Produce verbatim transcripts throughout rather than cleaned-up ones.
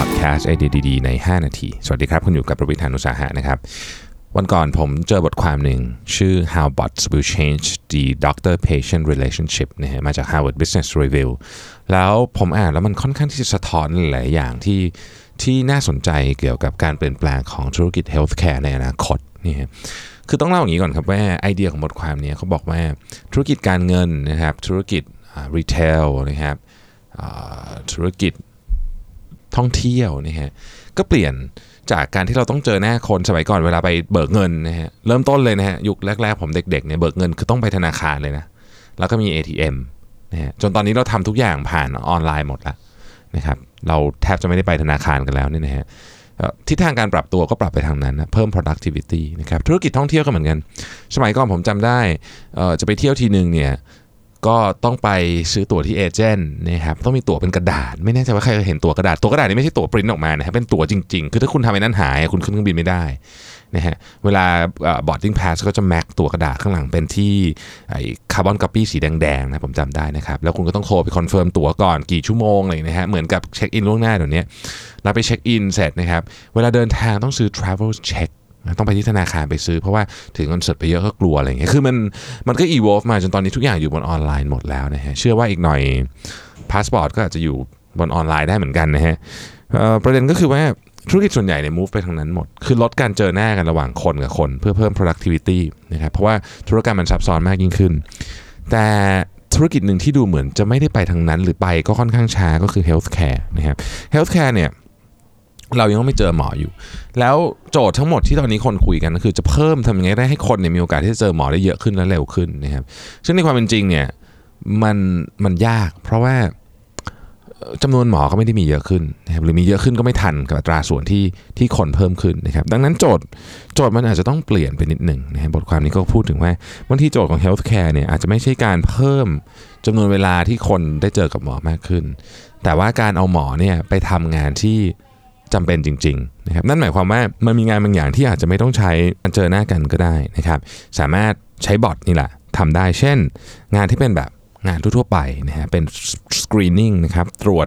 พอดแคสต์ไอเดียดีๆในห้านาทีสวัสดีครับคุณอยู่กับประวิทย์ หาญอุตสาหะนะครับวันก่อนผมเจอบทความหนึ่งชื่อ How Bots Will Change the Doctor-Patient Relationship นะฮะมาจาก Harvard Business Review แล้วผมอ่านแล้วมันค่อนข้างที่จะสะท้อนหลายอย่างที่ที่น่าสนใจเกี่ยวกับการเปลี่ยนแปลงของธุรกิจ Healthcare ในอนาคตนี่ฮะคือต้องเล่าอย่างนี้ก่อนครับว่าไอเดียของบทความนี้เขาบอกว่าธุรกิจการเงินนะครับธุรกิจรีเทลนะครับธุรกิจท่องเที่ยวนะฮะก็เปลี่ยนจากการที่เราต้องเจอหน้าคนสมัยก่อนเวลาไปเบิกเงินนะฮะเริ่มต้นเลยนะฮะยุคแรกๆผมเด็กๆเนี่ยเบิกเงินคือต้องไปธนาคารเลยนะแล้วก็มี เอ ที เอ็ม นะฮะจนตอนนี้เราทำทุกอย่างผ่านออนไลน์หมดแล้วนะครับเราแทบจะไม่ได้ไปธนาคารกันแล้วนี่นะฮะทิศทางการปรับตัวก็ปรับไปทางนั้นนะเพิ่ม productivity นะครับธุรกิจท่องเที่ยวก็เหมือนกันสมัยก่อนผมจำได้จะไปเที่ยวทีนึงเนี่ยก็ต้องไปซื้อตั๋วที่เอเจนต์นะครับต้องมีตั๋วเป็นกระดาษไม่แน่ใจว่าใครเคยเห็นตั๋วกระดาษตั๋วกระดาษนี่ไม่ใช่ตั๋วปริ้นออกมานะครับเป็นตั๋วจริงๆคือถ้าคุณทำไอ้นั้นหายคุณขึ้นเครื่องบินไม่ได้นะฮะเวลา boarding pass ก็จะแม็กตั๋วกระดาษข้างหลังเป็นที่ไอ้คาร์บอนคัพปี้สีแดงๆนะผมจำได้นะครับแล้วคุณก็ต้องโทรไปคอนเฟิร์มตั๋วก่อนกี่ชั่วโมงอะไรนะฮะเหมือนกับเช็คอินล่วงหน้าเดี๋ยวนี้เราไปเช็คอินเสร็จนะครับเวลาเดินทางต้องซื้อ travel checkต้องไปที่ธนาคารไปซื้อเพราะว่าถือเงินสดไปเยอะก็กลัวอะไรอย่างเงี้ยคือมันมันก็ evolve มาจนตอนนี้ทุกอย่างอยู่บนออนไลน์หมดแล้วนะฮะเชื่อว่าอีกหน่อยพาสปอร์ตก็อาจจะอยู่บนออนไลน์ได้เหมือนกันนะฮะประเด็นก็คือว่าธุรกิจส่วนใหญ่เนี่ย move ไปทางนั้นหมดคือลดการเจอหน้ากันระหว่างคนกับคนเพื่อเพิ่ม productivity นะครับเพราะว่าธุรกรรมมันซับซ้อนมากยิ่งขึ้นแต่ธุรกิจหนึ่งที่ดูเหมือนจะไม่ได้ไปทางนั้นหรือไปก็ค่อนข้างช้าก็คือ healthcare นะครับ healthcare เนี่ยเรายังไม่เจอหมออยู่แล้วโจทย์ทั้งหมดที่ตอนนี้คนคุยกันก็คือจะเพิ่มทำยังไงได้ให้คนเนี่ยมีโอกาสที่จะเจอหมอได้เยอะขึ้นและเร็วขึ้นนะครับซึ่งในความเป็นจริงเนี่ยมันมันยากเพราะว่าจำนวนหมอก็ไม่ได้มีเยอะขึ้นนะครับหรือมีเยอะขึ้นก็ไม่ทันกับอัตราส่วนที่ที่คนเพิ่มขึ้นนะครับดังนั้นโจทย์โจทย์มันอาจจะต้องเปลี่ยนไปนิดหนึ่งนะครับบทความนี้ก็พูดถึงว่าบางทีโจทย์ของ healthcare เนี่ยอาจจะไม่ใช่การเพิ่มจำนวนเวลาที่คนได้เจอกับหมอมากขึ้นแต่ว่าการเอาหมอเนี่ยไปทำงานที่จำเป็นจริงๆนะครับนั่นหมายความว่ามันมีงานบางอย่างที่อาจจะไม่ต้องใช้เจอหน้ากันก็ได้นะครับสามารถใช้บอทนี่แหละทำได้เช่นงานที่เป็นแบบงานทั่วๆไปนะฮะเป็น screening นะครับตรวจ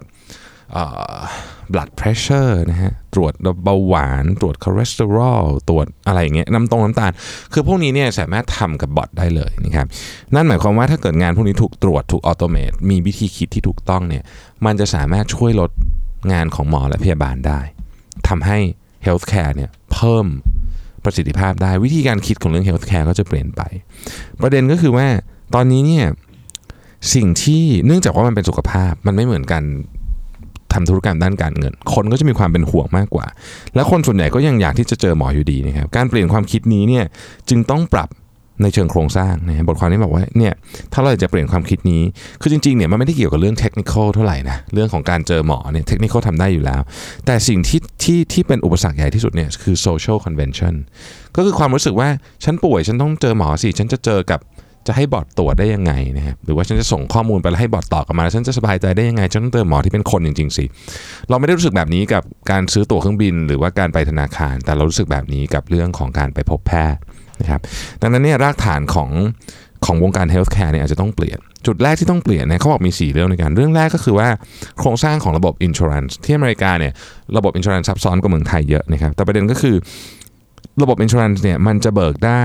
blood pressure นะฮะตรวจเบาหวานตรวจคอเลสเตอรอลตรวจอะไรอย่างเงี้ยน้ำตรงน้ำตาลคือพวกนี้เนี่ยสามารถทำกับบอทได้เลยนะครับนั่นหมายความว่าถ้าเกิดงานพวกนี้ถูกตรวจถูกออโตเมตมีวิธีคิดที่ถูกต้องเนี่ยมันจะสามารถช่วยลดงานของหมอและพยาบาลได้ทำให้ healthcare เนี่ยเพิ่มประสิทธิภาพได้วิธีการคิดของเรื่อง healthcare ก็จะเปลี่ยนไปประเด็นก็คือว่าตอนนี้เนี่ยสิ่งที่เนื่องจากว่ามันเป็นสุขภาพมันไม่เหมือนกันทำธุรกรรมด้านการเงินคนก็จะมีความเป็นห่วงมากกว่าและคนส่วนใหญ่ก็ยังอยากที่จะเจอหมออยู่ดีนะครับการเปลี่ยนความคิดนี้เนี่ยจึงต้องปรับในเชิงโครงสร้างนะบทความนี้บอกว่าเนี่ยถ้าเราจะเปลี่ยนความคิดนี้คือจริงๆเนี่ยมันไม่ได้เกี่ยวกับเรื่องเทคนิคอลเท่าไหร่นะเรื่องของการเจอหมอเนี่ยเทคนิคอลทำได้อยู่แล้วแต่สิ่งที่ที่ที่เป็นอุปสรรคใหญ่ที่สุดเนี่ยคือ social convention ก็คือความรู้สึกว่าฉันป่วยฉันต้องเจอหมอสิฉันจะเจอกับจะให้บอทตรวจได้ยังไงนะครับหรือว่าฉันจะส่งข้อมูลไปแล้วให้บอทตอบกลับมาแล้วฉันจะสบายใจได้ยังไงฉันต้องเจอหมอที่เป็นคนจริงๆสิเราไม่ได้รู้สึกแบบนี้กับการซื้อตั๋วเครื่องบินหรือว่าการไปธนาคารแต่เรารู้สึกแบบนี้กับเรื่องของการไปพบแพทย์นะครับดังนั้นเนี่ยรากฐานของของวงการ healthcare เนี่ยอาจจะต้องเปลี่ยนจุดแรกที่ต้องเปลี่ยนเนี่ยเขาบอกมีสี่เรื่องในการเรื่องแรกก็คือว่าโครงสร้างของระบบ insurance ที่อเมริกาเนี่ยระบบ insurance ซับซ้อนกว่าเมืองไทยเยอะนะครับแต่ประเด็นก็คือระบบ insurance เนี่ยมันจะเบิกได้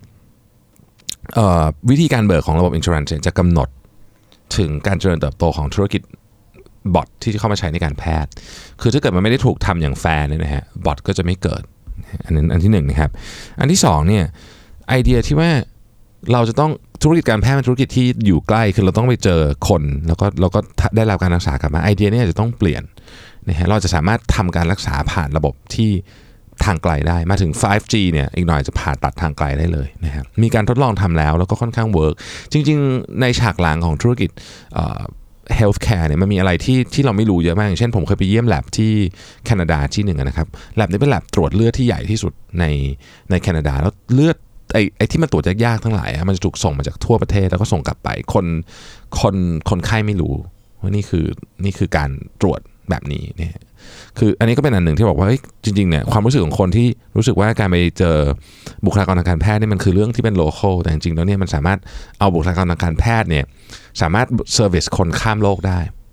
วิธีการเบิกของระบบ insurance จะกำหนดถึงการเจริญเติบโตของธุรกิจบอทที่เข้ามาใช้ในการแพทย์คือถ้าเกิดมันไม่ได้ถูกทำอย่างแฟร์เนี่ยนะฮะบอทก็จะไม่เกิดอันนั้นอันที่หนึ่งนะครับอันที่สองเนี่ยไอเดียที่ว่าเราจะต้องธุรกิจการแพทย์เป็นธุรกิจที่อยู่ใกล้คือเราต้องไปเจอคนแล้วก็เราก็ได้รับการรักษากลับมาไอเดียนี้จะต้องเปลี่ยนนะฮะเราจะสามารถทำการรักษาผ่านระบบที่ทางไกลได้มาถึง ไฟว์จี เนี่ยอีกหน่อยจะผ่าตัดทางไกลได้เลยนะครับมีการทดลองทำแล้วแล้วก็ค่อนข้างเวิร์กจริงๆในฉากหลังของธุรกิจhealthcare เนี่ยมันมีอะไรที่ที่เราไม่รู้เยอะมากอย่างเช่นผมเคยไปเยี่ยม lab ที่แคนาดาที่หนึ่งนะครับ lab นี้เป็น lab ตรวจเลือดที่ใหญ่ที่สุดในในแคนาดาแล้วเลือดไอ้ไอ้ที่มันตรวจยากๆทั้งหลายมันจะถูกส่งมาจากทั่วประเทศแล้วก็ส่งกลับไปคนคนคนไข้ไม่รู้ว่านี่คือนี่คือการตรวจแบบนี้เนี่ยคืออันนี้ก็เป็นอันหนึ่งที่บอกว่าจริงๆเนี่ยความรู้สึกของคนที่รู้สึกว่าการไปเจอบุคลากรทางการแพทย์นี่มันคือเรื่องที่เป็น local แต่จริงๆแล้วเนี่ยมันสามารถเอาบุคลากรทางการแพทย์เนี่ยสามารถ service คนข้ามโลกได้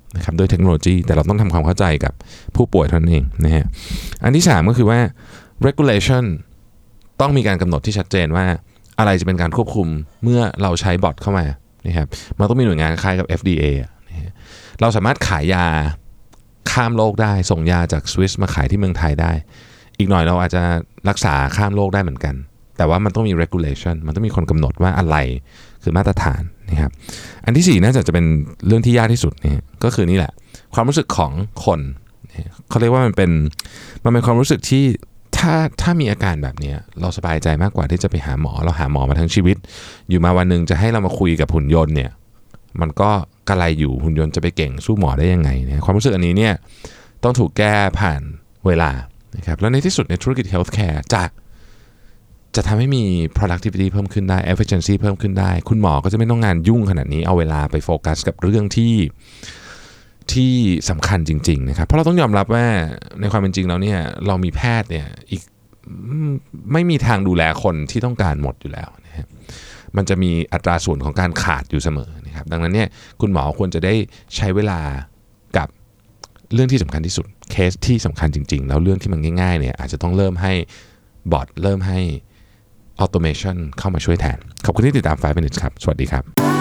นะครับด้วยเทคโนโลยีแต่เราต้องทำความเข้าใจกับผู้ป่วยเท่านั้นเองนะฮะอันที่สามก็คือว่า regulation ต้องมีการกำหนดที่ชัดเจนว่าอะไรจะเป็นการควบคุมเมื่อเราใช้บอทเข้ามานะครับมันต้องมีหน่วยงานคล้ายกับ เอฟ ดี เอ นะฮะเราสามารถขายยาข้ามโลกได้ส่งยาจากสวิสมาขายที่เมืองไทยได้อีกหน่อยเราอาจจะรักษาข้ามโลกได้เหมือนกันแต่ว่ามันต้องมี regulation มันต้องมีคนกำหนดว่าอะไรคือมาตรฐานนะครับอันที่สี่น่าจะจะเป็นเรื่องที่ยากที่สุดนี่ก็คือนี่แหละความรู้สึกของคนเขาเรียกว่ามันเป็นมันเป็นความรู้สึกที่ถ้าถ้ามีอาการแบบนี้เราสบายใจมากกว่าที่จะไปหาหมอเราหาหมอมาทั้งชีวิตอยู่มาวันนึงจะให้เรามาคุยกับหุ่นยนต์เนี่ยมันก็กระไรอยู่หุ่นยนต์จะไปเก่งสู้หมอได้ยังไงเนี่ยความรู้สึกอันนี้เนี่ยต้องถูกแก้ผ่านเวลานะครับแล้วในที่สุดในธุรกิจ healthcare จะจะทำให้มี productivity เพิ่มขึ้นได้ efficiency เพิ่มขึ้นได้คุณหมอก็จะไม่ต้องงานยุ่งขนาดนี้เอาเวลาไปโฟกัสกับเรื่องที่ที่สำคัญจริงๆนะครับเพราะเราต้องยอมรับว่าในความเป็นจริงแล้วเนี่ยเรามีแพทย์เนี่ยอีกไม่มีทางดูแลคนที่ต้องการหมดอยู่แล้วนะครับมันจะมีอัตราส่วนของการขาดอยู่เสมอนะครับดังนั้นเนี่ยคุณหมอควรจะได้ใช้เวลากับเรื่องที่สำคัญที่สุดเคสที่สำคัญจริงๆแล้วเรื่องที่มันง่ายๆเนี่ยอาจจะต้องเริ่มให้บอทเริ่มให้ automation เข้ามาช่วยแทนขอบคุณที่ติดตามไฟว์ minutes ครับสวัสดีครับ